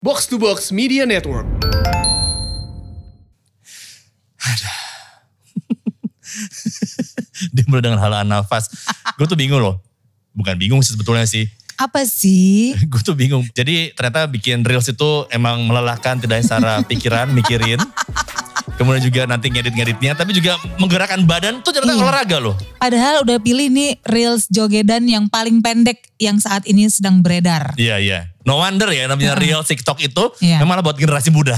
Box to Box Media Network. Dia mulai dengan halaan nafas. Gue tuh bingung loh. Bukan bingung sih sebetulnya sih. Apa sih? Gue tuh bingung. Jadi ternyata bikin Reels itu emang melelahkan tidak hanya secara pikiran, mikirin. Kemudian juga nanti ngedit-ngeditnya. Tapi juga menggerakkan badan tuh ternyata olahraga loh. Padahal udah pilih nih Reels jogedan yang paling pendek yang saat ini sedang beredar. Iya, iya. No wonder ya namanya Reels TikTok itu memang buat generasi muda.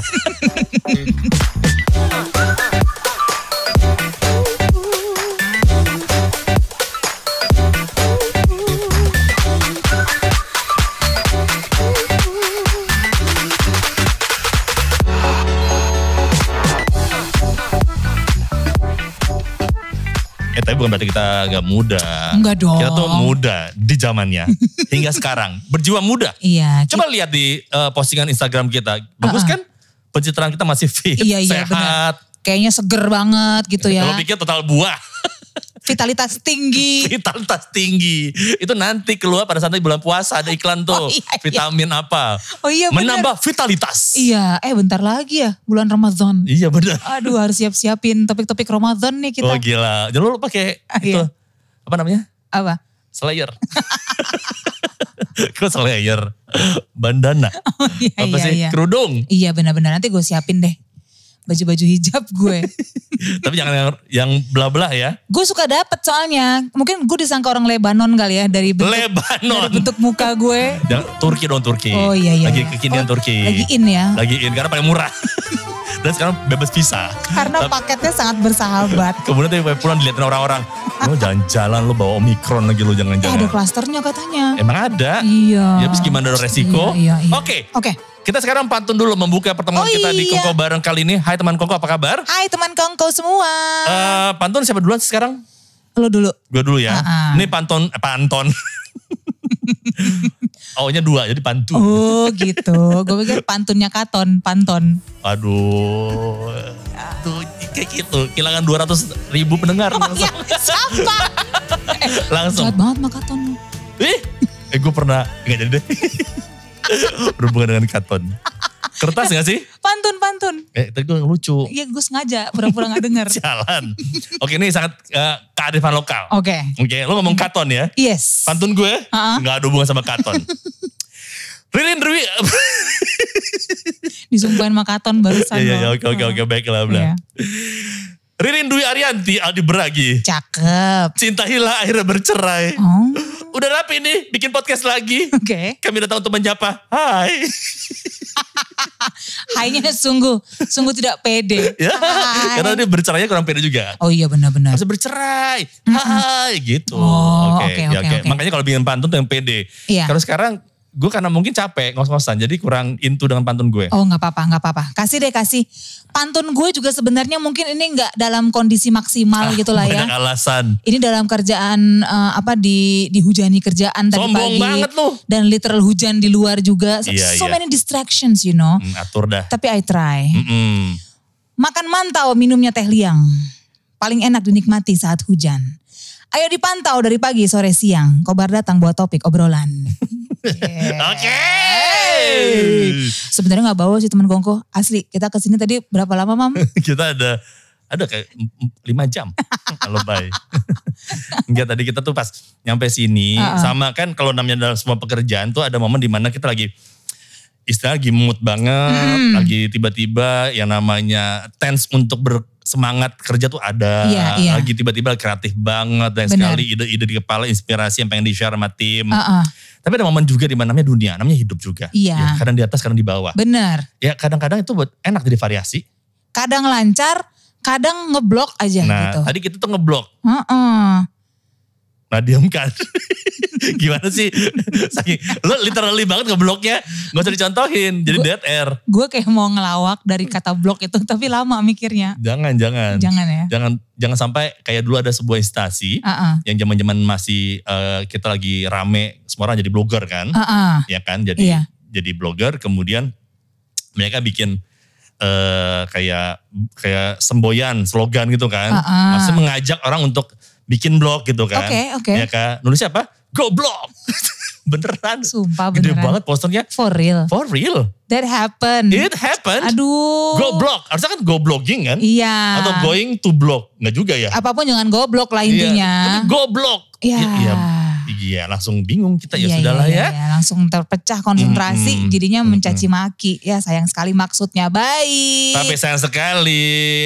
Tapi bukan berarti kita gak muda. Enggak dong. Kita tuh muda di zamannya. Hingga sekarang. Berjiwa muda. Iya. Coba lihat di postingan Instagram kita. Bagus kan? Pencitraan kita masih fit, iya, sehat. Bener. Kayaknya seger banget gitu ya. Kalau pikir total buah. Vitalitas tinggi. Vitalitas tinggi. Itu nanti keluar pada saat bulan puasa. Ada iklan tuh. Vitamin apa. Oh iya benar. Menambah vitalitas. Iya. Bentar lagi ya. Bulan Ramadan. Iya benar. Aduh harus siap-siapin topik-topik Ramadan nih kita. Oh gila. Jangan lupa pakai itu. Apa namanya? Apa? Slayer. Kok slayer? Bandana. Oh iya, apa iya, sih? iya. Kerudung. Iya benar-benar. Nanti gue siapin deh. Baju-baju hijab gue. Tapi jangan yang belah-belah ya. Gue suka dapet soalnya. Mungkin gue disangka orang Lebanon kali ya. Dari bentuk muka gue. Turki dong, Turki. Oh iya. Lagi kekinian Turki. Lagi in ya. Lagi in karena paling murah. Dan sekarang bebas visa. Karena paketnya sangat bersahabat. Kemudian tadi pulang dilihatin orang-orang. Lo jalan-jalan lo bawa Omikron lagi lo jangan-jangan. Ada klasternya katanya. Emang ada? Iya. Ya habis gimana ada resiko? Iya. Oke. Kita sekarang pantun dulu membuka pertemuan kita di Kongko bareng kali ini. Hai teman Kongko, apa kabar? Hai teman Kongko semua. Pantun siapa duluan sekarang? Lo dulu. Gue dulu ya. Ini pantun. O-nya 2 jadi pantun. Oh gitu. Gue pikir pantunnya panton. Aduh. Tuh kayak gitu. Kehilangan 200.000 pendengar. Oh iya, siapa? Langsung. Jahat banget mah katon. Gue pernah. Gak jadi deh. Berhubungan dengan katon. Kertas gak sih? Pantun. Tadi gue lucu. Iya gue sengaja pura-pura gak denger. Jalan. Oke ini sangat kearifan lokal. Oke, lo ngomong katon ya. Yes. Pantun gue gak ada hubungan sama katon. Ririn Dwi. Disumpahin sama katon barusan. Iya, oke, baiklah. Iya. Ririn Dwi Arianti, Aldi Beragi. Cakep. Cinta hilang akhirnya bercerai. Oh. Udah rapi nih, bikin podcast lagi. Oke. Kami datang untuk menyapa. Hai. Hai-nya sungguh tidak pede. Ya, karena dia bercerainya kurang pede juga. Oh iya benar-benar. Harus bercerai. Hai, gitu. Oh, Oke. Makanya kalau bikin pantun tuh yang pede. Iya. Kalau sekarang gue karena mungkin capek ngos-ngosan, jadi kurang into dengan pantun gue. Oh gak apa-apa. Kasih. Pantun gue juga sebenarnya mungkin ini gak dalam kondisi maksimal gitu lah ya. Banyak alasan. Ini dalam kerjaan dihujani kerjaan tadi Sombong pagi. banget lu. Dan literal hujan di luar juga. Iya. Many distractions you know. Atur dah. Tapi I try. Mm-mm. Makan mantau, minumnya teh liang. Paling enak dinikmati saat hujan. Ayo dipantau dari pagi, sore, siang. Kobar datang buat topik obrolan. Oke. Sebenarnya gak bawa sih teman Kongko. Asli, kita kesini tadi berapa lama Mam? Kita ada kayak 5 jam. Kalau baik. Enggak, tadi kita tuh pas nyampe sini. Sama kan kalau namanya dalam semua pekerjaan tuh ada momen dimana kita lagi istilah lagi mood banget. Lagi tiba-tiba yang namanya tense untuk bersemangat kerja tuh ada. Iya. Lagi tiba-tiba kreatif banget. Dan sekali ide-ide di kepala, inspirasi yang pengen di-share sama tim. Tapi ada momen juga di mana namanya dunia, namanya hidup juga. Iya. Ya, kadang di atas, kadang di bawah. Benar. Ya kadang-kadang itu buat enak jadi variasi. Kadang lancar, kadang ngeblok aja gitu. Tadi kita tuh ngeblok. Nah diam kan. Gimana sih? Lo literally banget ngebloknya. Gak usah dicontohin. Jadi dead air. Gue kayak mau ngelawak dari kata blok itu. Tapi lama mikirnya. Jangan ya. Jangan sampai kayak dulu ada sebuah instansi. Yang zaman-zaman masih kita lagi rame. Semua orang jadi blogger kan. Ya kan. Jadi blogger. Kemudian mereka bikin kayak semboyan, slogan gitu kan. Maksudnya mengajak orang untuk bikin blog gitu kan. Oke. Ya kan. Nulisnya apa? Goblok. Beneran. Sumpah Gede beneran. banget posternya. For real. For real. That happened. It happened. Aduh. Go blog. Harusnya kan go blogging kan? Iya. Atau going to blog. Enggak juga ya? Apapun jangan goblok lah Iya, intinya. tapi go blog. Iya. Iya, langsung bingung kita Iya, sudahlah iya, ya. iya. Langsung terpecah konsentrasi, jadinya mencaci maki. Ya sayang sekali maksudnya baik. Tapi sayang sekali,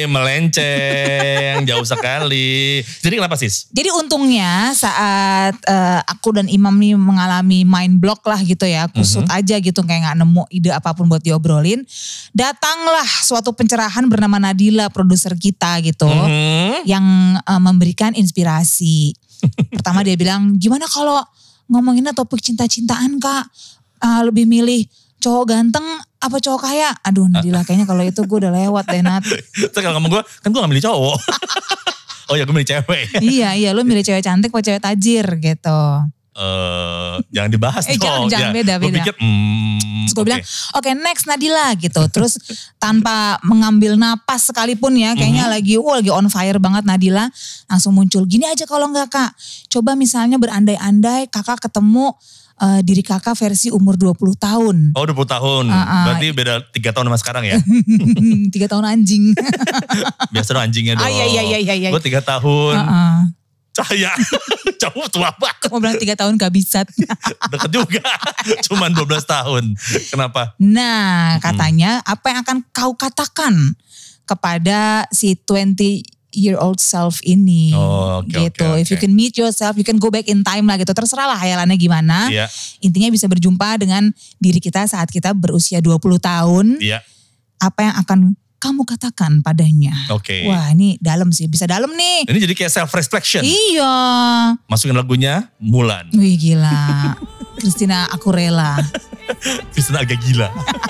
melenceng, jauh sekali. Jadi kenapa sis? Jadi untungnya saat aku dan Imam nih mengalami mind block lah gitu ya, kusut aja gitu kayak gak nemu ide apapun buat diobrolin. Datanglah suatu pencerahan bernama Nadila, produser kita gitu, yang memberikan inspirasi. Pertama dia bilang, gimana kalau ngomonginnya topik cinta-cintaan Kak, lebih milih cowok ganteng apa cowok kaya? Aduh Nadila kayaknya kalau itu gue udah lewat deh Nat. Terus kalau ngomong gue, kan gue gak milih cowok. Oh ya gue milih cewek. Iya lu milih cewek cantik atau cewek tajir gitu. Jangan dibahas dong. Jangan ya, beda. Gue pikir, Terus gue bilang, oke, next Nadila gitu. Terus tanpa mengambil napas sekalipun ya, kayaknya lagi on fire banget Nadila. Langsung muncul, gini aja kalau enggak Kak. Coba misalnya berandai-andai kakak ketemu diri kakak versi umur 20 tahun. Oh 20 tahun, berarti beda 3 tahun sama sekarang ya? 3 tahun anjing. Biasa dong anjingnya dong. Iya. Gue 3 tahun. Cahaya, jauh tua banget. Mau bilang 3 tahun gak bisa. Deket juga, cuman 12 tahun. Kenapa? Nah katanya apa yang akan kau katakan kepada si 20-year-old self ini. Gitu. If you can meet yourself, you can go back in time lah gitu. Terserah lah hayalannya gimana. Iya. Intinya bisa berjumpa dengan diri kita saat kita berusia 20 tahun. Iya. Apa yang akan kamu katakan padanya. Oke. Wah ini dalam sih, bisa dalam nih. Ini jadi kayak self reflection. Iya. Masukin lagunya Mulan. Wih gila. Christina aku rela. Kristina agak gila.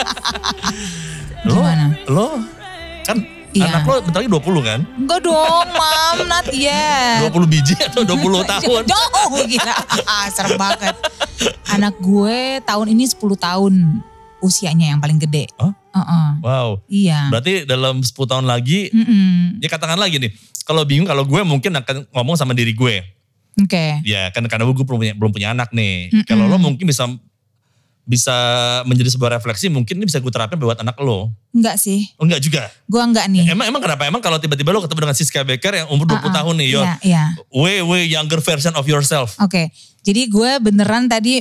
Gimana? Lo kan Iya. anak lo bentar lagi 20 kan? Enggak dong mam, not yet. 20 biji atau 20 tahun? Jauh gila. Serem banget. Anak gue tahun ini 10 tahun usianya yang paling gede. Oh? Wow. Iya. Berarti dalam 10 tahun lagi, ya katakan lagi nih. Kalau bingung, kalau gue mungkin akan ngomong sama diri gue. Oke. Ya kan karena gue belum punya anak nih. Kalau lo mungkin bisa menjadi sebuah refleksi, mungkin ini bisa gue terapin buat anak lo. Enggak sih. Oh enggak juga? Gue enggak nih. Emang kenapa? Emang kalau tiba-tiba lo ketemu dengan Siska Becker yang umur 20 tahun nih, Iya. way younger version of yourself. Oke. Jadi gue beneran tadi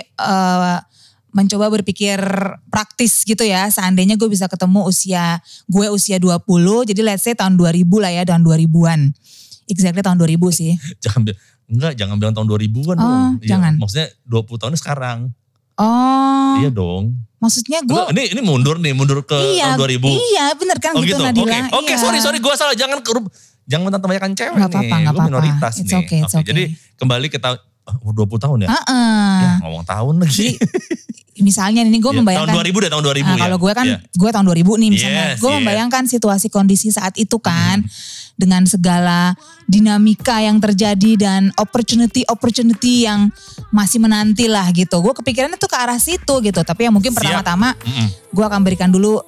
mencoba berpikir praktis gitu ya. Seandainya gue bisa ketemu usia 20, jadi let's say tahun 2000 lah ya, tahun 2000-an. Exactly tahun 2000 sih. Jangan bilang tahun 2000-an dong. Jangan. Maksudnya 20 tahun sekarang. Oh. Iya dong. Maksudnya gue. Ini mundur ke tahun 2000. Iya bener kan gitu Nadila. Oke, sorry gue salah. Jangan kebanyakan cewek gak nih. Apa-apa, gue minoritas It's nih. okay. Jadi kembali ke tahun 20 tahun ya? Ya ngomong tahun lagi. Misalnya ini gue membayangkan. Tahun 2000 ya. Kalau gue kan, gue tahun 2000 nih misalnya. Yes, gue membayangkan situasi kondisi saat itu kan. Dengan segala dinamika yang terjadi dan opportunity yang masih menanti lah gitu. Gue kepikirannya tuh ke arah situ gitu. Tapi yang mungkin pertama-tama gue akan berikan dulu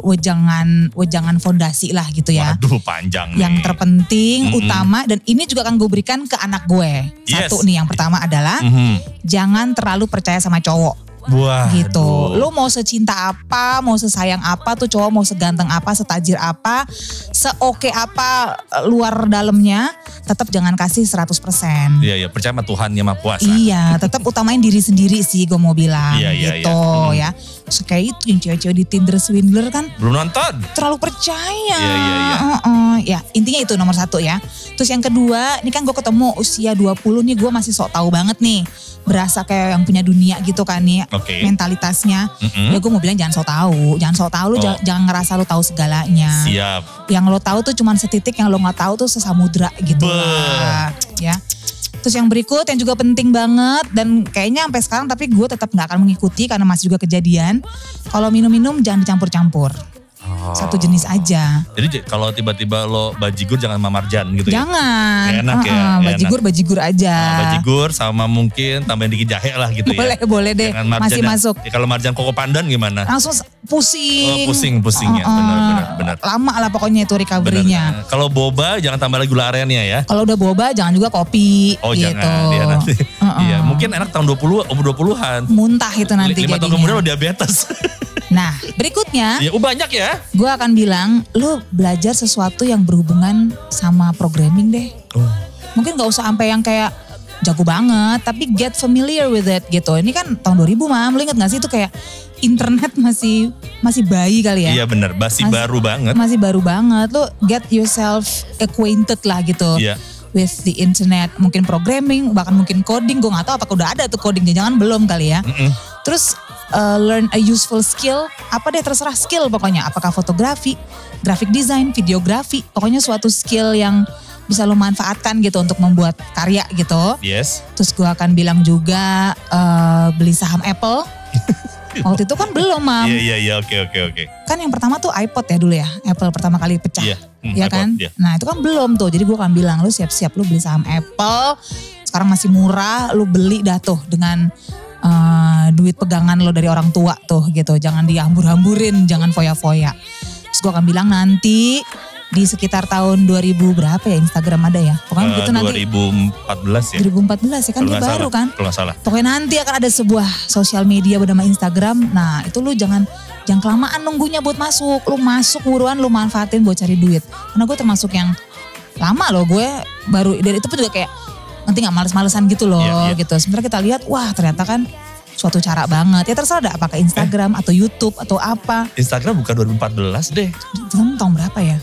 wejangan fondasi lah gitu ya. Waduh panjang nih. Yang terpenting, utama, dan ini juga akan gue berikan ke anak gue. Satu nih, yang pertama adalah jangan terlalu percaya sama cowok. Wah, gitu. aduh. Lu mau secinta apa, mau sesayang apa tuh cowok, mau seganteng apa, setajir apa, seoke apa luar dalamnya, tetap jangan kasih 100%. Iya, percaya sama Tuhan yang Maha Kuasa. Iya, tetap utamain diri sendiri sih gue mau bilang gitu ya. Terus kayak itu yang cewek-cewek di Tinder Swindler kan. Belum nonton. Terlalu percaya. Iya. Ya intinya itu nomor 1 ya. Terus yang kedua, ini kan gue ketemu usia 20 nih, gue masih sok tahu banget nih. Berasa kayak yang punya dunia gitu kan nih. Okay. Mentalitasnya. Ya gue mau bilang jangan sok tahu. Jangan sok tahu, lu jangan ngerasa lu tahu segalanya. Siap. Yang lo tahu tuh cuman setitik, yang lo gak tahu tuh sesamudra gitu lah. Ya. Terus yang berikut yang juga penting banget dan kayaknya sampai sekarang tapi gue tetap gak akan mengikuti karena masih juga kejadian. Kalau minum-minum jangan dicampur-campur. Satu jenis aja. Jadi kalau tiba-tiba lo bajigur jangan mamarjan gitu ya? Jangan. Gak enak ya? Bajigur aja. Bajigur sama mungkin tambahin dikit jahe lah gitu ya? Boleh deh. Jangan marjan Masih masuk. Ya, kalau marjan koko pandan gimana? Langsung pusing. Pusing ya, benar. Lama lah pokoknya itu recovery-nya. Kalau boba jangan tambah lagi gula arennya ya? Kalau udah boba jangan juga kopi. Oh gitu. jangan, dia nanti. Iya, mungkin enak tahun 20-an. Muntah itu nanti 5 tahun kemudian lo diabetes. Nah, berikutnya. Ya, banyak ya. Gue akan bilang, lu belajar sesuatu yang berhubungan sama programming deh. Mungkin gak usah sampai yang kayak jago banget, tapi get familiar with it gitu. Ini kan tahun 2000 Mam, lu inget gak sih itu kayak internet masih bayi kali ya? Iya benar, masih baru banget. Masih baru banget, lu get yourself acquainted lah gitu. Iya. With the internet, mungkin programming, bahkan mungkin coding. Gue gak tahu apakah udah ada tuh coding, jangan belum kali ya. Terus learn a useful skill, apa deh terserah skill pokoknya. Apakah fotografi, graphic design, videografi, pokoknya suatu skill yang bisa lo manfaatkan gitu untuk membuat karya gitu. Yes. Terus gue akan bilang juga beli saham Apple. Waktu itu kan belum Mam. Iya, oke. Kan yang pertama tuh iPod ya dulu ya, Apple pertama kali pecah. Iya, ya kan? iya. Nah itu kan belum tuh, jadi gue akan bilang lu siap-siap lu beli saham Apple. Sekarang masih murah, lu beli dah tuh dengan duit pegangan lo dari orang tua tuh gitu. Jangan dihambur-hamburin, jangan foya-foya. Terus gue akan bilang nanti di sekitar tahun 2000 berapa ya Instagram ada ya? Pokoknya begitu nanti. 2014 ya? 2014 ya kan dia baru kan? Kalau gak salah. Pokoknya nanti akan ada sebuah sosial media bernama Instagram. Nah itu lu jangan kelamaan nunggunya buat masuk. Lu masuk buruan, lu manfaatin buat cari duit. Karena gue termasuk yang lama loh, gue baru, dan itu pun juga kayak nanti gak males-malesan gitu loh gitu. Sebenarnya kita lihat, wah ternyata kan suatu cara banget. Ya terserah ada apakah Instagram atau YouTube atau apa. Instagram bukan 2014 deh. Tahun berapa ya?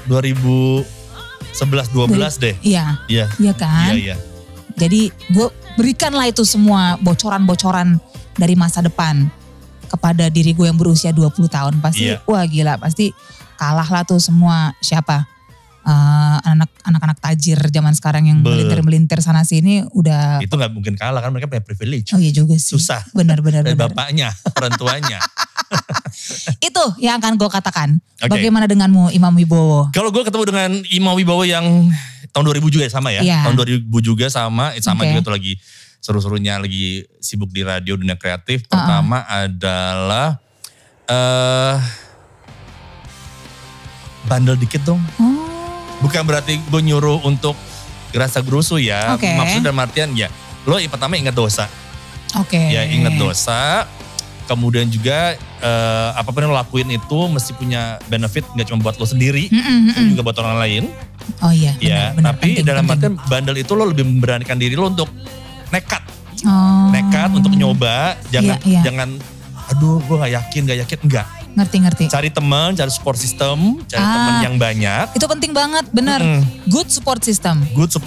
2011-12 deh. Iya. Iya kan? Iya. Jadi gue berikanlah itu semua bocoran-bocoran dari masa depan kepada diri gue yang berusia 20 tahun. Pasti wah gila, pasti kalah lah tuh semua siapa? Anak-anak tajir zaman sekarang yang melintir-melintir sana sini udah. Itu gak mungkin kalah kan, mereka punya privilege. Oh iya juga sih. Susah. Benar. Dari bapaknya, orang tuanya. Itu yang akan gue katakan. Okay. Bagaimana denganmu Imam Wibowo? Kalau gue ketemu dengan Imam Wibowo yang tahun 2000 juga sama ya. Yeah. Tahun 2000 juga sama juga tuh lagi seru-serunya, lagi sibuk di radio dunia kreatif. Pertama adalah bandel dikit dong. Bukan berarti gue nyuruh untuk gerasa gerusu ya. Maksud dalam artian ya, lo pertama ingat dosa. Ya ingat dosa. Kemudian juga apapun yang lo lakuin itu mesti punya benefit, gak cuma buat lo sendiri, tapi juga buat orang lain. Oh iya, benar. Tapi dalam artian bandel itu lo lebih memberanikan diri lo untuk nekat. Nekat untuk nyoba, jangan aduh gue gak yakin, enggak. Ngerti. Cari teman, cari support system, cari teman yang banyak. Itu penting banget, benar. Good support system.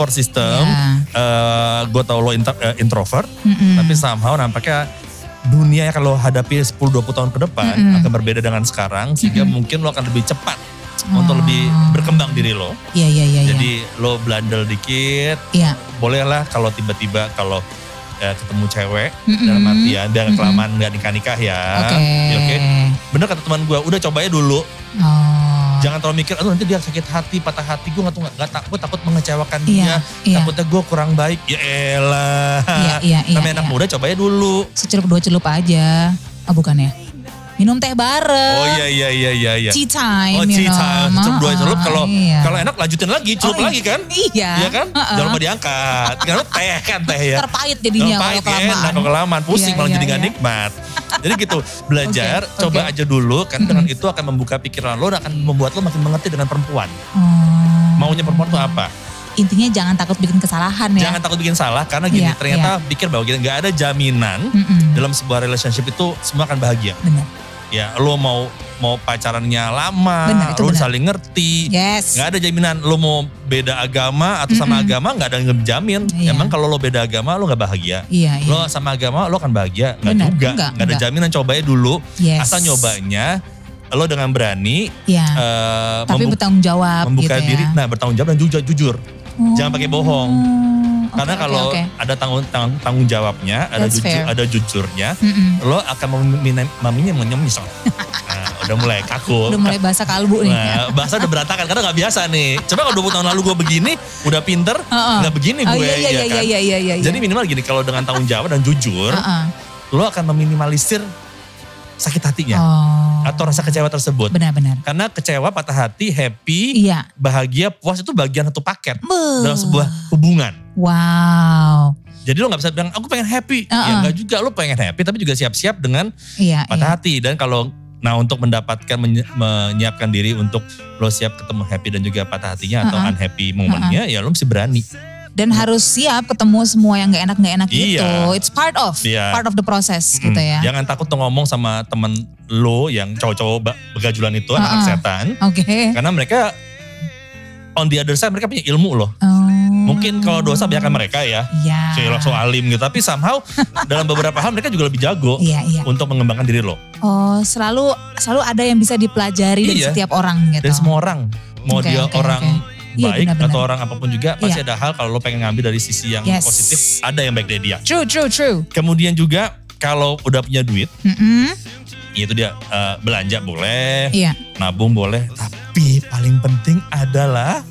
Gue tau lo introvert, tapi somehow nampaknya dunia yang kalau hadapi 10-20 tahun ke depan akan berbeda dengan sekarang. Sehingga mungkin lo akan lebih cepat untuk lebih berkembang diri lo. Iya. Jadi lo blandel dikit, bolehlah kalau tiba-tiba kalau ketemu cewek dalam artian biar kelamaan gak nikah-nikah ya. Oke. Bener kata teman gue, udah cobain dulu. Jangan terlalu mikir, nanti dia sakit hati, patah hati. Gue gue takut mengecewakan dia. Takutnya gue kurang baik. Ya elah. Namanya anak muda cobain dulu. Secelup 2 celup aja. Oh bukan ya? Minum teh bareng. Oh iya. Tea time. Oh tea time. Celup 2 celup. Kalau enak lanjutin lagi, celup lagi kan? Iya kan? Jangan lupa diangkat. Karena teh kan teh ya. Terpahit jadinya kalau kelamaan. Pusing malah jadi gak nikmat. Jadi gitu, belajar, coba aja dulu. Karena dengan itu akan membuka pikiran lo dan akan membuat lo makin mengerti dengan perempuan. Maunya perempuan itu apa? Intinya jangan takut bikin kesalahan ya. Jangan takut bikin salah karena gini ternyata pikir bahwa gak ada jaminan dalam sebuah relationship itu semua akan bahagia. Benar. Ya lo mau pacarannya lama, lo saling ngerti. Yes. Gak ada jaminan lo mau beda agama atau sama agama gak ada yang ngejamin. Emang kalau lo beda agama lo gak bahagia. Lo sama agama lo akan bahagia. Gak juga. Gak ada jaminan, cobain dulu. Asal nyobanya lo dengan berani. Tapi bertanggung jawab membuka gitu diri. Ya. Nah bertanggung jawab dan jujur. Jangan pakai bohong. Karena kalau ada tanggung jawabnya, ada jujurnya, lo akan meminimalisir. udah mulai kaku. Udah mulai bahasa kalbu nih. Nah, bahasa udah berantakan karena gak biasa nih. Coba kalau 20 tahun lalu gue begini, udah pinter, gak begini gue. Iya. Jadi minimal gini, kalau dengan tanggung jawab dan jujur, lo akan meminimalisir sakit hatinya. Atau rasa kecewa tersebut. Benar-benar. Karena kecewa, patah hati, happy, bahagia, puas itu bagian satu paket. Dalam sebuah hubungan. Wow. Jadi lo gak bisa bilang, aku pengen happy. Ya enggak juga, lo pengen happy tapi juga siap-siap dengan patah hati. Dan kalau, untuk mendapatkan, menyiapkan diri untuk lo siap ketemu happy dan juga patah hatinya atau unhappy momennya, ya lo mesti berani. Dan harus siap ketemu semua yang gak enak gitu. It's part of the process gitu ya. Jangan takut tuh ngomong sama temen lo yang cowok-cowok begajulan itu, anak setan. Karena mereka, on the other side mereka punya ilmu loh. Mungkin kalau dosa biarkan mereka ya. So alim gitu. Tapi somehow dalam beberapa hal mereka juga lebih jago untuk mengembangkan diri lo. Selalu ada yang bisa dipelajari dari setiap orang gitu. Dari semua orang. Mau dia orang baik benar-benar. atau orang apapun juga pasti ada hal kalau lo pengen ngambil dari sisi yang positif, ada yang baik dari dia. True. Kemudian juga kalau udah punya duit, itu dia belanja boleh, nabung boleh, tapi paling penting adalah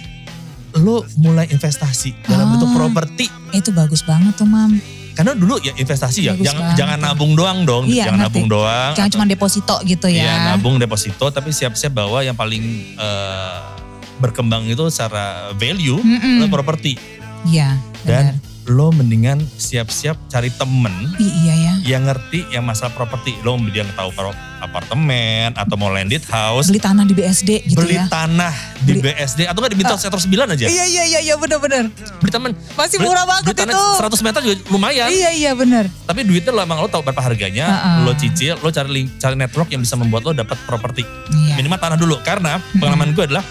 lo mulai investasi dalam bentuk properti. Itu bagus banget tuh, Mam. Karena dulu ya investasi ya, jangan nabung doang dong, jangan nabung doang. Jangan cuma deposito gitu ya. Iya, nabung deposito, tapi siap-siap bahwa yang paling berkembang itu secara value adalah properti. Iya, dan lo mendingan siap-siap cari temen yang ngerti yang masalah properti. Lo dia tahu apartemen atau mau landed house. Beli tanah di BSD gitu beli tanah di BSD atau nggak di Minto sektor 9 aja. Iya benar. Beli temen. Masih murah banget beli itu. 100 meter juga lumayan. Iya benar. Tapi duitnya lo emang lo tahu berapa harganya, lo cicil, lo cari network yang bisa membuat lo dapat properti. Minimal tanah dulu. Karena pengalaman gue adalah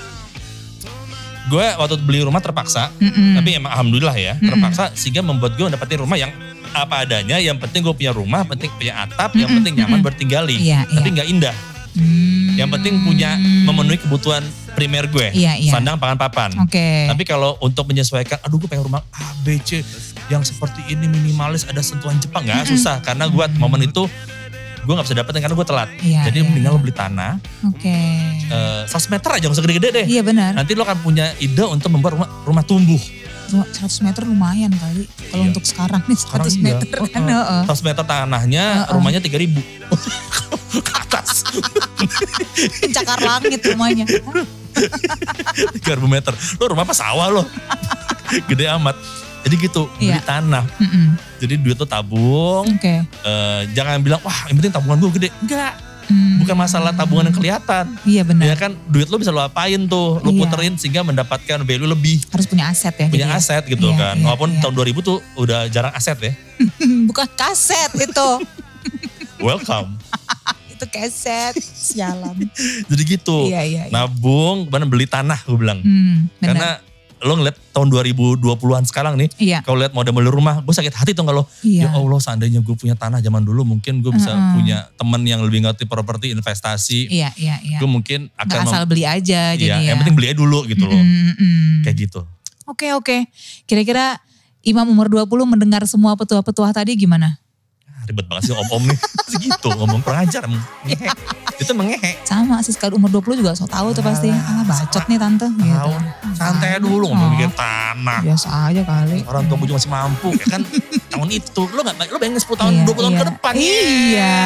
gue waktu beli rumah terpaksa, tapi emang alhamdulillah ya terpaksa sehingga membuat gue dapetin rumah yang apa adanya. Yang penting gue punya rumah, penting punya atap, yang penting nyaman bertinggali, tapi nggak indah. Yang penting punya memenuhi kebutuhan primer gue, sandang, pangan, papan. Tapi kalau untuk menyesuaikan, aduh gue pengen rumah A, B, C yang seperti ini minimalis ada sentuhan Jepang, nggak susah karena gue momen itu gue gak bisa dapetin karena gue telat. Jadi mendingan lo beli tanah. 100 meter aja, gak usah gede-gede deh. Iya benar. Nanti lo akan punya ide untuk membuat rumah tumbuh. 100 meter lumayan kali. Kalau untuk sekarang nih 100 meter kan. 100 meter tanahnya, rumahnya 3.000. Ke atas. Pencakar langit rumahnya. 3.000 meter. Lo rumah apa sawah lo? Gede amat. Jadi gitu, beli tanah. Jadi duit lo tabung. Jangan bilang, wah yang penting tabungan gue gede. Enggak. Bukan masalah tabungan yang kelihatan. Iya benar. Ya kan duit lo bisa lo apain tuh. Lo puterin sehingga mendapatkan value lebih. Harus punya aset ya. Punya aset gitu kan. Walaupun tahun 2000 tuh udah jarang aset ya. Bukan kaset itu. Welcome. Itu keset. Sialan. Jadi gitu. Nabung, kemudian beli tanah gue bilang. Karena lo ngeliat tahun 2020-an sekarang nih, kalau lihat model rumah, gue sakit hati tuh kalau, ya Allah seandainya gue punya tanah zaman dulu, mungkin gue bisa punya teman yang lebih ngerti properti, investasi. Gue mungkin akan nggak asal beli aja jadi ya. Yang penting beli aja dulu gitu loh. Kayak gitu. Oke. Kira-kira Imam umur 20 mendengar semua petuah-petuah tadi gimana? Ribet banget sih om-om nih. Segitu ngomong kurang ajar. Ngehe. Itu mengehe. Sama sih sekali umur 20 juga so tau tuh pasti. Bacot nih tante. Gitu. Santai dulu ngomong bikin tanah. Biasa aja kali. Orang tua gue juga masih mampu. Ya kan tahun itu. Lo bayangin 10 tahun, 20 tahun ke depan. Iya.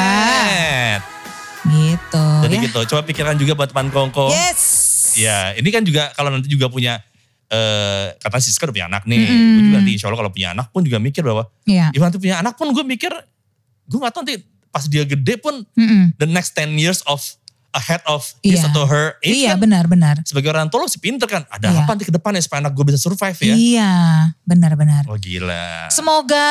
Gitu. Jadi gitu. Coba pikiran juga buat teman kongko. Yes. Ya ini kan juga kalau nanti juga punya. Kata Siska udah punya anak nih. Gue juga nanti insya Allah kalau punya anak pun juga mikir bahwa. Iya. Nanti punya anak pun gue mikir. Gue gak tahu nanti pas dia gede pun the next 10 years of ahead of his atau her age kan. Iya benar. Sebagai orang tua lo sih pinter kan. Ada apa nanti ke depannya supaya anak gue bisa survive ya. Iya benar. Oh gila. Semoga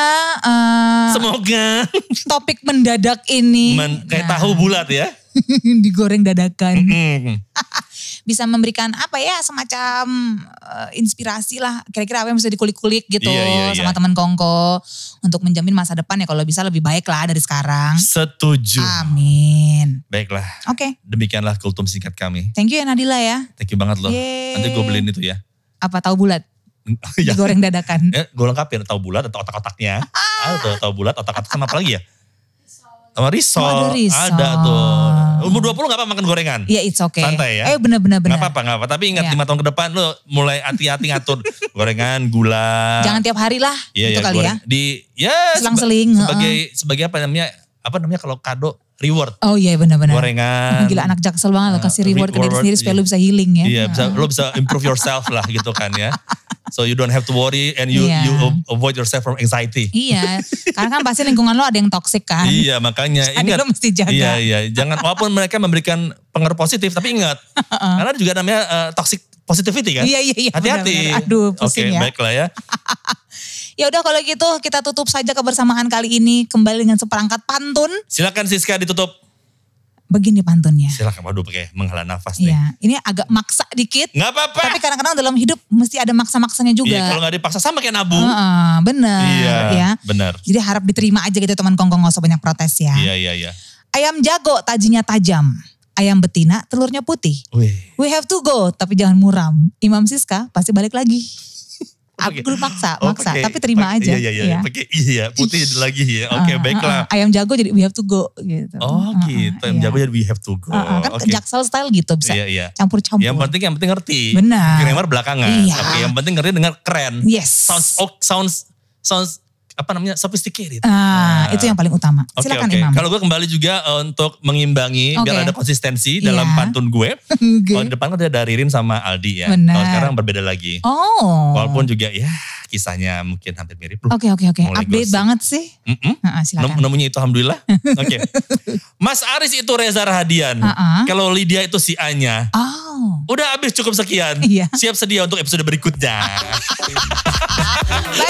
topik mendadak ini. Kayak tahu bulat ya. Digoreng dadakan. Bisa memberikan apa ya semacam inspirasi lah. Kira-kira apa yang bisa dikulik-kulik gitu sama teman kongko. Untuk menjamin masa depan ya kalau bisa lebih baik lah dari sekarang. Setuju. Amin. Baiklah. Oke. Demikianlah kultum singkat kami. Thank you ya Nadila ya. Thank you banget loh. Nanti gue beliin itu ya. Apa tahu bulat? Digoreng dadakan. Gue lengkapin tahu bulat atau otak-otaknya. Tahu bulat, otak-otak sama apa lagi ya? Sama risol. Ada risol. Ada tuh. Umur 20 gak apa makan gorengan. Iya, it's okay. Santai ya. Bener. Gak apa-apa. Tapi ingat 5 tahun ke depan lo mulai hati-hati ngatur gorengan, gula. Jangan tiap hari lah, itu kali ya. Selang-seling. Sebagai apa namanya kalau kado reward. Oh iya benar-benar. Gorengan. Gila anak Jaksel banget lo kasih reward ke diri sendiri supaya lo bisa healing ya. Iya, lo bisa improve yourself lah gitu kan ya. So you don't have to worry and you avoid yourself from anxiety. Iya, karena kan pasti lingkungan lo ada yang toxic kan. Iya, makanya ingat. Lo mesti jaga. Iya. Jangan, walaupun mereka memberikan pengaruh positif, tapi ingat. Karena juga namanya toxic positivity kan. Iya. Hati-hati. Benar. Aduh pusing ya. Oke, baiklah ya. Ya udah kalau gitu kita tutup saja kebersamaan kali ini kembali dengan seperangkat pantun. Silakan Siska ditutup. Begini pantunnya. Silakan, waduh pakai menghela nafas nih. Iya, ini agak maksa dikit. Nggak apa-apa. Tapi kadang-kadang dalam hidup mesti ada maksa-maksanya juga. Iya, kalau nggak dipaksa sama kayak nabung. Bener. Iya, ya. bener. Jadi harap diterima aja gitu teman kongkong, nggak usah banyak protes ya. Iya. Ayam jago tajinya tajam. Ayam betina telurnya putih. Wih. We have to go tapi jangan muram. Imam Siska pasti balik lagi. Aku maksa, tapi terima aja. Iya. Pakai putih lagi ya. Oke, baiklah. Ayam jago jadi we have to go gitu. Oh gitu, ayam jago jadi we have to go. Kan Jaksel style gitu bisa campur-campur. Yang penting ngerti. Benar. Grammar belakangan. Iya. Oke, yang penting ngerti dengan keren. Yes. Sounds apa namanya, sophisticated. Itu yang paling utama. Silakan Imam. Kalau gue kembali juga untuk mengimbangi biar ada konsistensi dalam pantun gue. Kalau di depan kan ada Ririn sama Aldi ya. Kalau sekarang berbeda lagi. Walaupun juga ya kisahnya mungkin hampir mirip. Oke. Update banget sih. Silakan. Nemunya itu alhamdulillah. Oke. Mas Aris itu Reza Rahadian. Kalau Lydia itu si Anya. Udah habis cukup sekian. Iya. Siap sedia untuk episode berikutnya.